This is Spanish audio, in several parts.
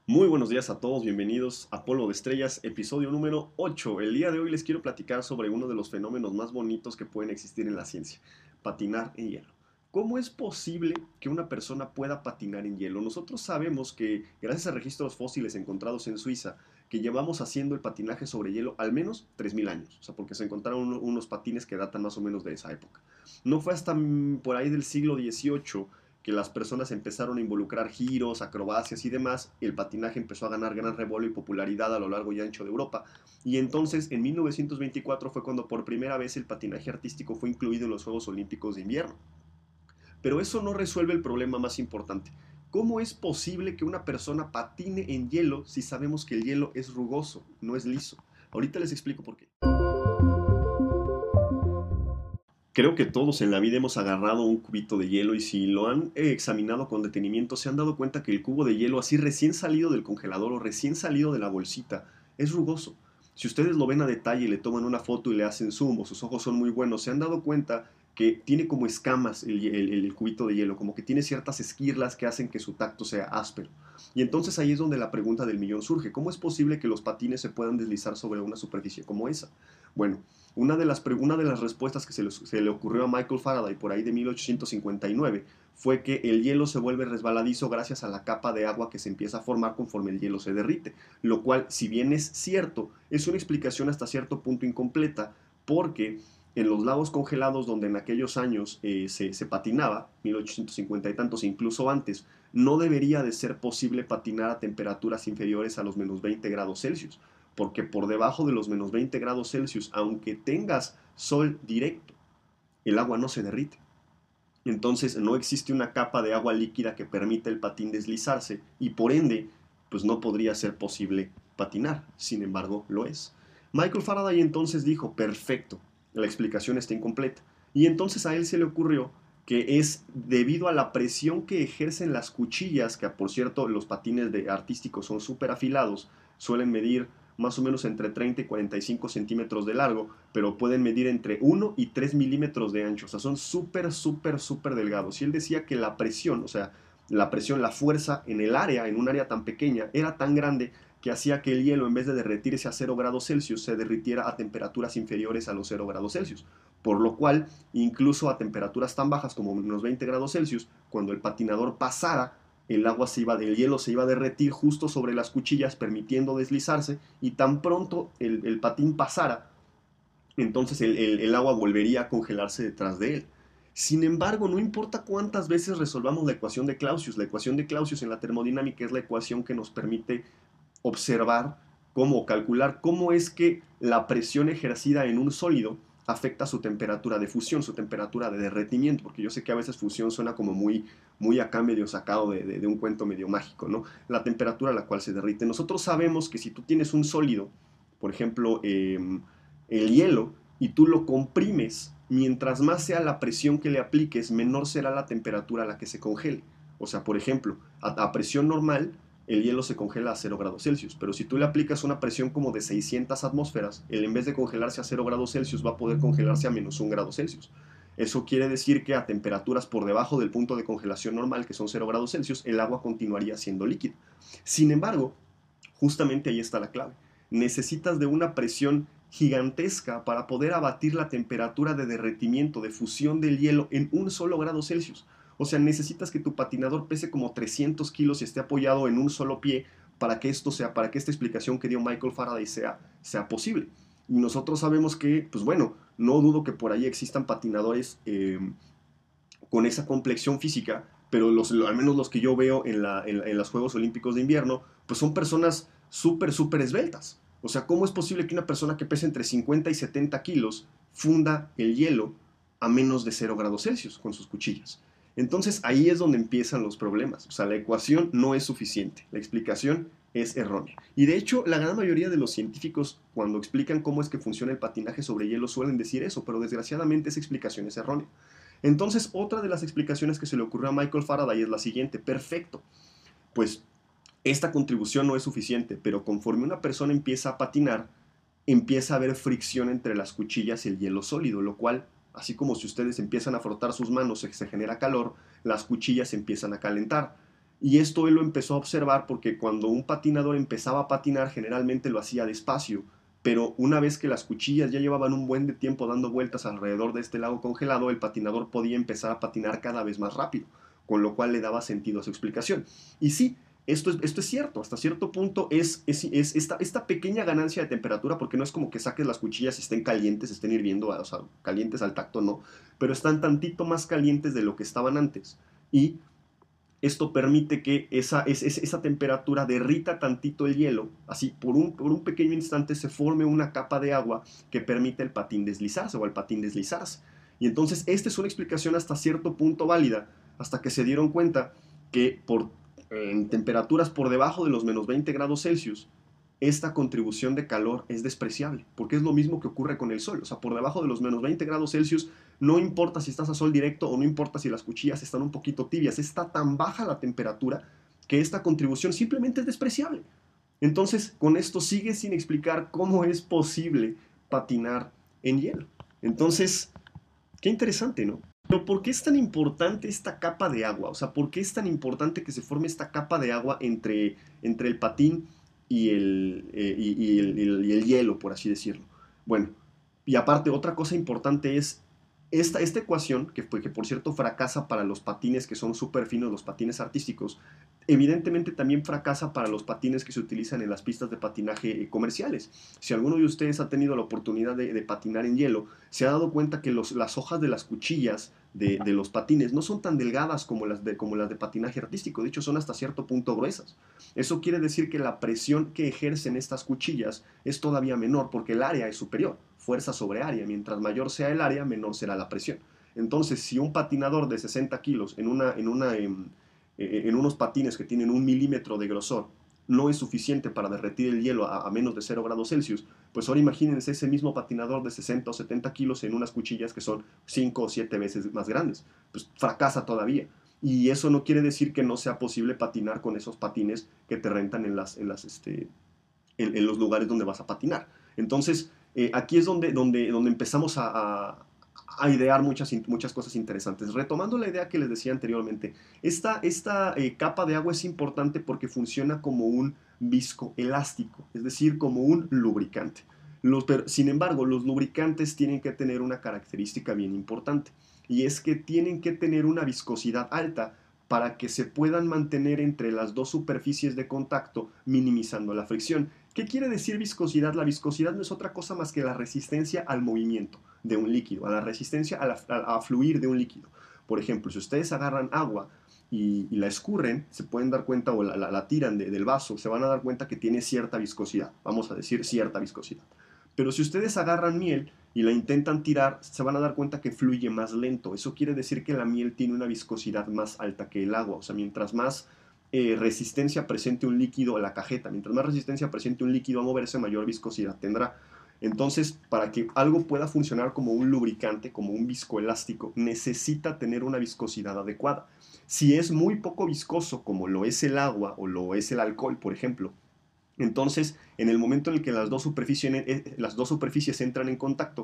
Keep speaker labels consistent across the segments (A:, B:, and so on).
A: Muy buenos días a todos, bienvenidos a Polvo de Estrellas, episodio número 8. El día de hoy les quiero platicar sobre uno de los fenómenos más bonitos que pueden existir en la ciencia, patinar en hielo. ¿Cómo es posible que una persona pueda patinar en hielo? Nosotros sabemos que, gracias a registros fósiles encontrados en Suiza, que llevamos haciendo el patinaje sobre hielo al menos 3000 años, o sea, porque se encontraron unos patines que datan más o menos de esa época. No fue hasta por ahí del siglo XVIII que las personas empezaron a involucrar giros, acrobacias y demás, el patinaje empezó a ganar gran revuelo y popularidad a lo largo y ancho de Europa. Y entonces, en 1924 fue cuando por primera vez el patinaje artístico fue incluido en los Juegos Olímpicos de Invierno. Pero eso no resuelve el problema más importante. ¿Cómo es posible que una persona patine en hielo si sabemos que el hielo es rugoso, no es liso? Ahorita les explico por qué. Creo que todos en la vida hemos agarrado un cubito de hielo y si lo han examinado con detenimiento se han dado cuenta que el cubo de hielo así recién salido del congelador o recién salido de la bolsita es rugoso. Si ustedes lo ven a detalle y le toman una foto y le hacen zoom o sus ojos son muy buenos, se han dado cuenta que tiene como escamas el cubito de hielo, como que tiene ciertas esquirlas que hacen que su tacto sea áspero. Y entonces ahí es donde la pregunta del millón surge. ¿Cómo es posible que los patines se puedan deslizar sobre una superficie como esa? Bueno, una de las respuestas que se le ocurrió a Michael Faraday por ahí de 1859 fue que el hielo se vuelve resbaladizo gracias a la capa de agua que se empieza a formar conforme el hielo se derrite, lo cual, si bien es cierto, es una explicación hasta cierto punto incompleta, porque en los lagos congelados donde en aquellos años se patinaba, 1850 y tantos, incluso antes, no debería de ser posible patinar a temperaturas inferiores a los menos 20 grados Celsius, porque por debajo de los menos 20 grados Celsius, aunque tengas sol directo, el agua no se derrite. Entonces no existe una capa de agua líquida que permita el patín deslizarse y por ende, pues no podría ser posible patinar. Sin embargo, lo es. Michael Faraday entonces dijo, perfecto, la explicación está incompleta. Y entonces a él se le ocurrió que es debido a la presión que ejercen las cuchillas, que por cierto los patines artísticos son súper afilados, suelen medir más o menos entre 30 y 45 centímetros de largo, pero pueden medir entre 1 y 3 milímetros de ancho, o sea, son súper delgados. Y él decía que la presión, o sea, la fuerza en el área, en un área tan pequeña, era tan grande que hacía que el hielo, en vez de derretirse a 0 grados Celsius, se derritiera a temperaturas inferiores a los 0 grados Celsius. Por lo cual, incluso a temperaturas tan bajas como unos 20 grados Celsius, cuando el patinador pasara, el hielo se iba a derretir justo sobre las cuchillas, permitiendo deslizarse, y tan pronto el patín pasara, entonces el agua volvería a congelarse detrás de él. Sin embargo, no importa cuántas veces resolvamos la ecuación de Clausius en la termodinámica es la ecuación que nos permite observar cómo calcular cómo es que la presión ejercida en un sólido afecta su temperatura de fusión, su temperatura de derretimiento, porque yo sé que a veces fusión suena como muy acá medio sacado de un cuento medio mágico, ¿no? La temperatura a la cual se derrite. Nosotros sabemos que si tú tienes un sólido, por ejemplo, el hielo, y tú lo comprimes, mientras más sea la presión que le apliques, menor será la temperatura a la que se congele. O sea, por ejemplo, a presión normal, el hielo se congela a 0 grados Celsius, pero si tú le aplicas una presión como de 600 atmósferas, él en vez de congelarse a 0 grados Celsius va a poder congelarse a menos 1 grado Celsius. Eso quiere decir que a temperaturas por debajo del punto de congelación normal, que son 0 grados Celsius, el agua continuaría siendo líquida. Sin embargo, justamente ahí está la clave. Necesitas de una presión gigantesca para poder abatir la temperatura de derretimiento, de fusión del hielo en un solo grado Celsius. O sea, necesitas que tu patinador pese como 300 kilos y esté apoyado en un solo pie para que esto sea, para que esta explicación que dio Michael Faraday sea posible. Y nosotros sabemos que, pues bueno, no dudo que por ahí existan patinadores con esa complexión física, pero al menos los que yo veo en los Juegos Olímpicos de Invierno, pues son personas súper esbeltas. O sea, ¿cómo es posible que una persona que pesa entre 50 y 70 kilos funda el hielo a menos de 0 grados Celsius con sus cuchillas? Entonces ahí es donde empiezan los problemas. O sea, la ecuación no es suficiente, la explicación es errónea. Y de hecho, la gran mayoría de los científicos, cuando explican cómo es que funciona el patinaje sobre hielo, suelen decir eso, pero desgraciadamente esa explicación es errónea. Entonces, otra de las explicaciones que se le ocurrió a Michael Faraday es la siguiente: perfecto, pues esta contribución no es suficiente, pero conforme una persona empieza a patinar, empieza a haber fricción entre las cuchillas y el hielo sólido, lo cual, así como si ustedes empiezan a frotar sus manos, se genera calor, las cuchillas empiezan a calentar. Y esto él lo empezó a observar porque cuando un patinador empezaba a patinar, generalmente lo hacía despacio, pero una vez que las cuchillas ya llevaban un buen de tiempo dando vueltas alrededor de este lago congelado, el patinador podía empezar a patinar cada vez más rápido, con lo cual le daba sentido a su explicación. Y sí, esto es cierto, hasta cierto punto es esta pequeña ganancia de temperatura, porque no es como que saques las cuchillas y estén calientes, estén hirviendo, o sea, calientes al tacto, no, pero están tantito más calientes de lo que estaban antes. Y esto permite que esa temperatura derrita tantito el hielo, así por un pequeño instante se forme una capa de agua que permite el patín deslizarse o al patín deslizarse. Y entonces esta es una explicación hasta cierto punto válida, hasta que se dieron cuenta que en temperaturas por debajo de los menos 20 grados Celsius, esta contribución de calor es despreciable, porque es lo mismo que ocurre con el sol. O sea, por debajo de los menos 20 grados Celsius, no importa si estás a sol directo o no importa si las cuchillas están un poquito tibias, está tan baja la temperatura que esta contribución simplemente es despreciable. Entonces, con esto sigue sin explicar cómo es posible patinar en hielo. Entonces, qué interesante, ¿no? Pero ¿por qué es tan importante esta capa de agua? O sea, ¿por qué es tan importante que se forme esta capa de agua entre el patín y el hielo, por así decirlo? Bueno, y aparte, otra cosa importante es esta ecuación, que por cierto fracasa para los patines que son súper finos, los patines artísticos, evidentemente también fracasa para los patines que se utilizan en las pistas de patinaje comerciales. Si alguno de ustedes ha tenido la oportunidad de patinar en hielo, se ha dado cuenta que las hojas de las cuchillas de los patines no son tan delgadas como las de patinaje artístico, de hecho son hasta cierto punto gruesas. Eso quiere decir que la presión que ejercen estas cuchillas es todavía menor porque el área es superior, fuerza sobre área, mientras mayor sea el área, menor será la presión. Entonces, si un patinador de 60 kilos en unos patines que tienen 1 milímetro de grosor no es suficiente para derretir el hielo a menos de 0 grados Celsius, pues ahora imagínense ese mismo patinador de 60 o 70 kilos en unas cuchillas que son 5 o 7 veces más grandes. Pues fracasa todavía. Y eso no quiere decir que no sea posible patinar con esos patines que te rentan en los lugares donde vas a patinar. Entonces, aquí es donde empezamos a idear muchas cosas interesantes. Retomando la idea que les decía anteriormente, esta capa de agua es importante porque funciona como un viscoelástico, es decir, como un lubricante. Sin embargo, los lubricantes tienen que tener una característica bien importante, y es que tienen que tener una viscosidad alta para que se puedan mantener entre las dos superficies de contacto, minimizando la fricción. ¿Qué quiere decir viscosidad? La viscosidad no es otra cosa más que la resistencia al movimiento de un líquido, a la resistencia a fluir de un líquido. Por ejemplo, si ustedes agarran agua y la escurren, se pueden dar cuenta, o la tiran del vaso, se van a dar cuenta que tiene cierta viscosidad, vamos a decir cierta viscosidad. Pero si ustedes agarran miel y la intentan tirar, se van a dar cuenta que fluye más lento. Eso quiere decir que la miel tiene una viscosidad más alta que el agua. O sea, mientras más resistencia presente un líquido a la cajeta, mientras más resistencia presente un líquido a moverse, mayor viscosidad tendrá. Entonces, para que algo pueda funcionar como un lubricante, como un viscoelástico, necesita tener una viscosidad adecuada. Si es muy poco viscoso, como lo es el agua o lo es el alcohol, por ejemplo, entonces, en el momento en el que las dos superficies entran en contacto,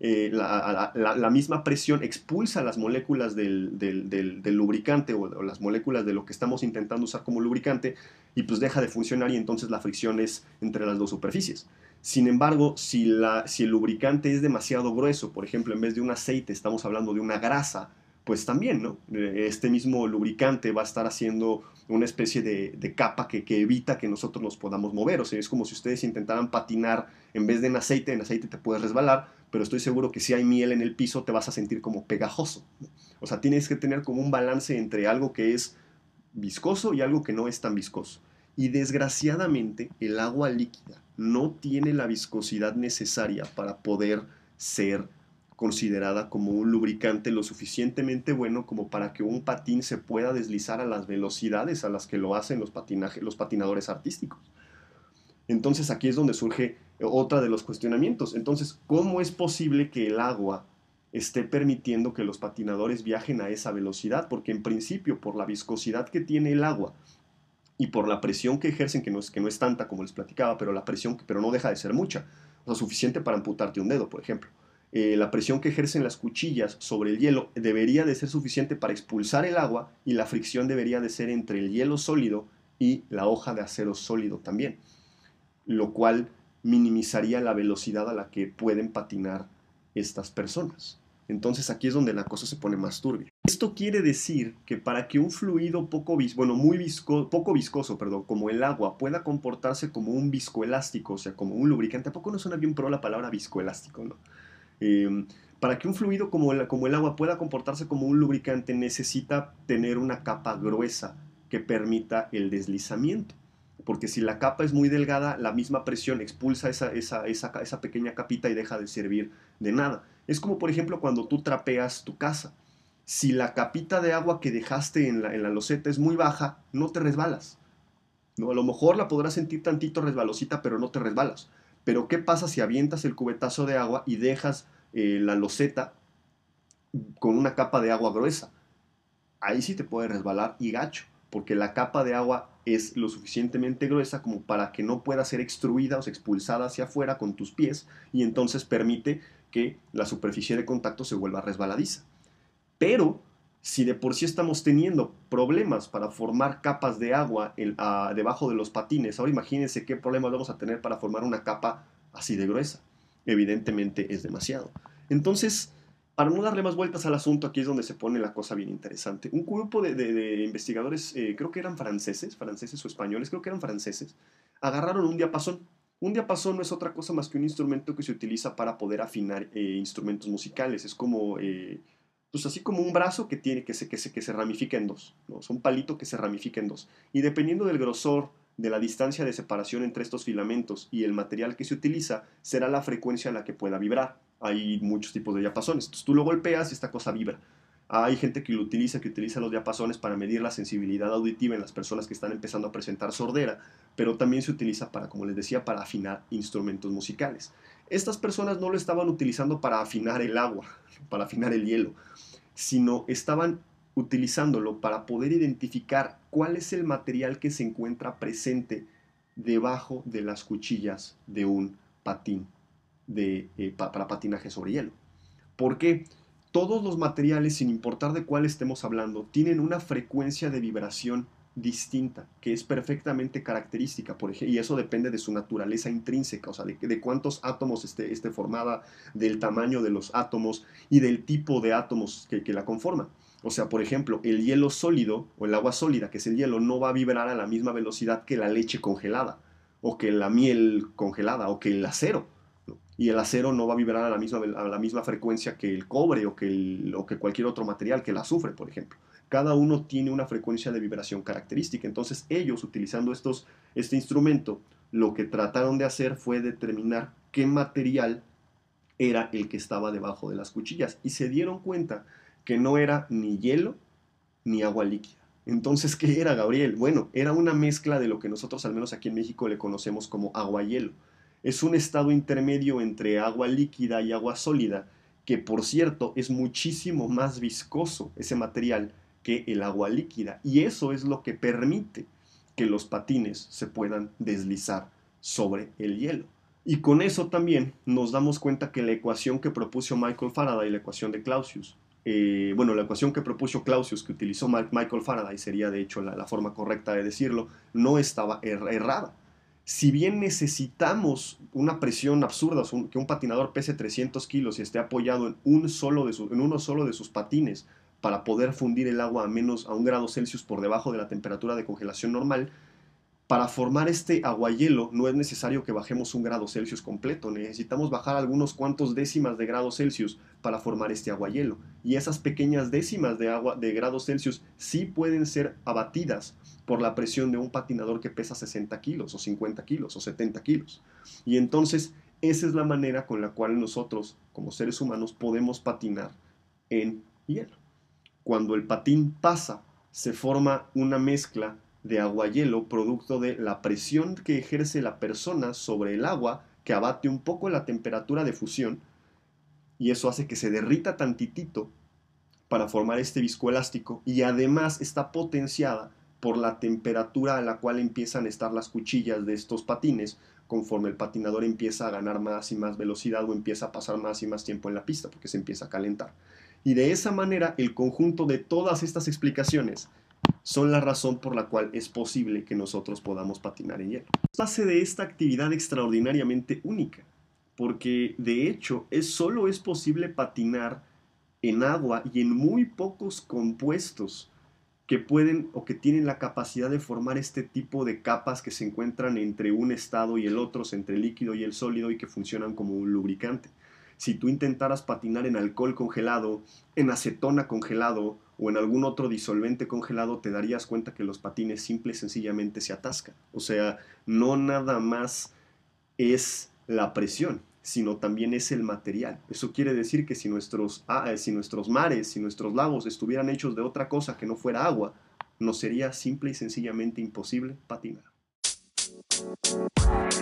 A: la misma presión expulsa las moléculas del lubricante, o las moléculas de lo que estamos intentando usar como lubricante, y pues deja de funcionar, y entonces la fricción es entre las dos superficies. Sin embargo, si el lubricante es demasiado grueso, por ejemplo, en vez de un aceite estamos hablando de una grasa, pues también, ¿no? Este mismo lubricante va a estar haciendo una especie de capa que evita que nosotros nos podamos mover. O sea, es como si ustedes intentaran patinar en vez de en aceite te puedes resbalar, pero estoy seguro que si hay miel en el piso te vas a sentir como pegajoso. O sea, tienes que tener como un balance entre algo que es viscoso y algo que no es tan viscoso. Y desgraciadamente el agua líquida no tiene la viscosidad necesaria para poder ser considerada como un lubricante lo suficientemente bueno como para que un patín se pueda deslizar a las velocidades a las que lo hacen los patinadores artísticos. Entonces aquí es donde surge otra de los cuestionamientos. Entonces, ¿cómo es posible que el agua esté permitiendo que los patinadores viajen a esa velocidad? Porque en principio, por la viscosidad que tiene el agua y por la presión que ejercen, que no es tanta como les platicaba, pero la presión, pero no deja de ser mucha, o sea, suficiente para amputarte un dedo, por ejemplo. la presión que ejercen las cuchillas sobre el hielo debería de ser suficiente para expulsar el agua y la fricción debería de ser entre el hielo sólido y la hoja de acero sólido también, lo cual minimizaría la velocidad a la que pueden patinar estas personas. Entonces aquí es donde la cosa se pone más turbia. Esto quiere decir que para que un fluido poco viscoso, como el agua, pueda comportarse como un viscoelástico, o sea, como un lubricante, ¿a poco no suena bien pro la palabra viscoelástico, no? Eh, para que un fluido como el agua pueda comportarse como un lubricante necesita tener una capa gruesa que permita el deslizamiento. Porque si la capa es muy delgada, la misma presión expulsa esa pequeña capita y deja de servir de nada. Es como por ejemplo cuando tú trapeas tu casa. Si la capita de agua que dejaste en la loseta es muy baja, no te resbalas. ¿No? A lo mejor la podrás sentir tantito resbalosita, pero no te resbalas. Pero ¿qué pasa si avientas el cubetazo de agua y dejas la loseta con una capa de agua gruesa? Ahí sí te puede resbalar y gacho, porque la capa de agua es lo suficientemente gruesa como para que no pueda ser extruida o expulsada hacia afuera con tus pies y entonces permite que la superficie de contacto se vuelva resbaladiza. Pero si de por sí estamos teniendo problemas para formar capas de agua debajo de los patines, ahora imagínense qué problemas vamos a tener para formar una capa así de gruesa. Evidentemente es demasiado. Entonces, para no darle más vueltas al asunto, aquí es donde se pone la cosa bien interesante. Un grupo de investigadores, creo que eran franceses o españoles, creo que eran franceses, agarraron un diapasón. Un diapasón no es otra cosa más que un instrumento que se utiliza para poder afinar instrumentos musicales. Es como pues así como un brazo que se ramifica en dos, ¿no? Es un palito que se ramifica en dos. Y dependiendo del grosor, de la distancia de separación entre estos filamentos y el material que se utiliza, será la frecuencia a la que pueda vibrar. Hay muchos tipos de diapasones. Entonces tú lo golpeas y esta cosa vibra. Hay gente que utiliza los diapasones para medir la sensibilidad auditiva en las personas que están empezando a presentar sordera, pero también se utiliza para, como les decía, para afinar instrumentos musicales. Estas personas no lo estaban utilizando para afinar el agua, para afinar el hielo, sino estaban utilizándolo para poder identificar cuál es el material que se encuentra presente debajo de las cuchillas de un patín para patinaje sobre hielo. ¿Por qué? Todos los materiales, sin importar de cuál estemos hablando, tienen una frecuencia de vibración distinta, que es perfectamente característica, por ejemplo, y eso depende de su naturaleza intrínseca, o sea, de cuántos átomos esté formada, del tamaño de los átomos y del tipo de átomos que la conforman. O sea, por ejemplo, el hielo sólido o el agua sólida, que es el hielo, no va a vibrar a la misma velocidad que la leche congelada, o que la miel congelada, o que el acero. Y el acero no va a vibrar a la misma frecuencia que el cobre o que cualquier otro material, que el azufre, por ejemplo. Cada uno tiene una frecuencia de vibración característica. Entonces ellos, utilizando este instrumento, lo que trataron de hacer fue determinar qué material era el que estaba debajo de las cuchillas. Y se dieron cuenta que no era ni hielo ni agua líquida. Entonces, ¿qué era, Gabriel? Bueno, era una mezcla de lo que nosotros, al menos aquí en México, le conocemos como agua-hielo. Es un estado intermedio entre agua líquida y agua sólida, que por cierto es muchísimo más viscoso ese material que el agua líquida. Y eso es lo que permite que los patines se puedan deslizar sobre el hielo. Y con eso también nos damos cuenta que la ecuación que propuso Michael Faraday, la ecuación de Clausius, la ecuación que propuso Clausius, que utilizó Michael Faraday, sería de hecho la forma correcta de decirlo, no estaba errada. Si bien necesitamos una presión absurda, que un patinador pese 300 kilos y esté apoyado en uno solo de sus patines para poder fundir el agua a 1 grado Celsius por debajo de la temperatura de congelación normal, para formar este aguahielo no es necesario que bajemos 1 grado Celsius completo, necesitamos bajar algunos cuantos décimas de grado Celsius para formar este aguahielo. Y esas pequeñas décimas de grado Celsius sí pueden ser abatidas por la presión de un patinador que pesa 60 kilos o 50 kilos o 70 kilos. Y entonces esa es la manera con la cual nosotros como seres humanos podemos patinar en hielo. Cuando el patín pasa, se forma una mezcla de agua-hielo producto de la presión que ejerce la persona sobre el agua, que abate un poco la temperatura de fusión, y eso hace que se derrita tantitito para formar este viscoelástico, y además está potenciada por la temperatura a la cual empiezan a estar las cuchillas de estos patines conforme el patinador empieza a ganar más y más velocidad o empieza a pasar más y más tiempo en la pista porque se empieza a calentar. Y de esa manera el conjunto de todas estas explicaciones son la razón por la cual es posible que nosotros podamos patinar en hielo. Es base de esta actividad extraordinariamente única, porque de hecho solo es posible patinar en agua y en muy pocos compuestos que pueden o que tienen la capacidad de formar este tipo de capas que se encuentran entre un estado y el otro, entre el líquido y el sólido, y que funcionan como un lubricante. Si tú intentaras patinar en alcohol congelado, en acetona congelado o en algún otro disolvente congelado, te darías cuenta que los patines simple y sencillamente se atascan. O sea, no nada más es la presión, sino también es el material. Eso quiere decir que si nuestros mares, si nuestros lagos estuvieran hechos de otra cosa que no fuera agua, nos sería simple y sencillamente imposible patinar.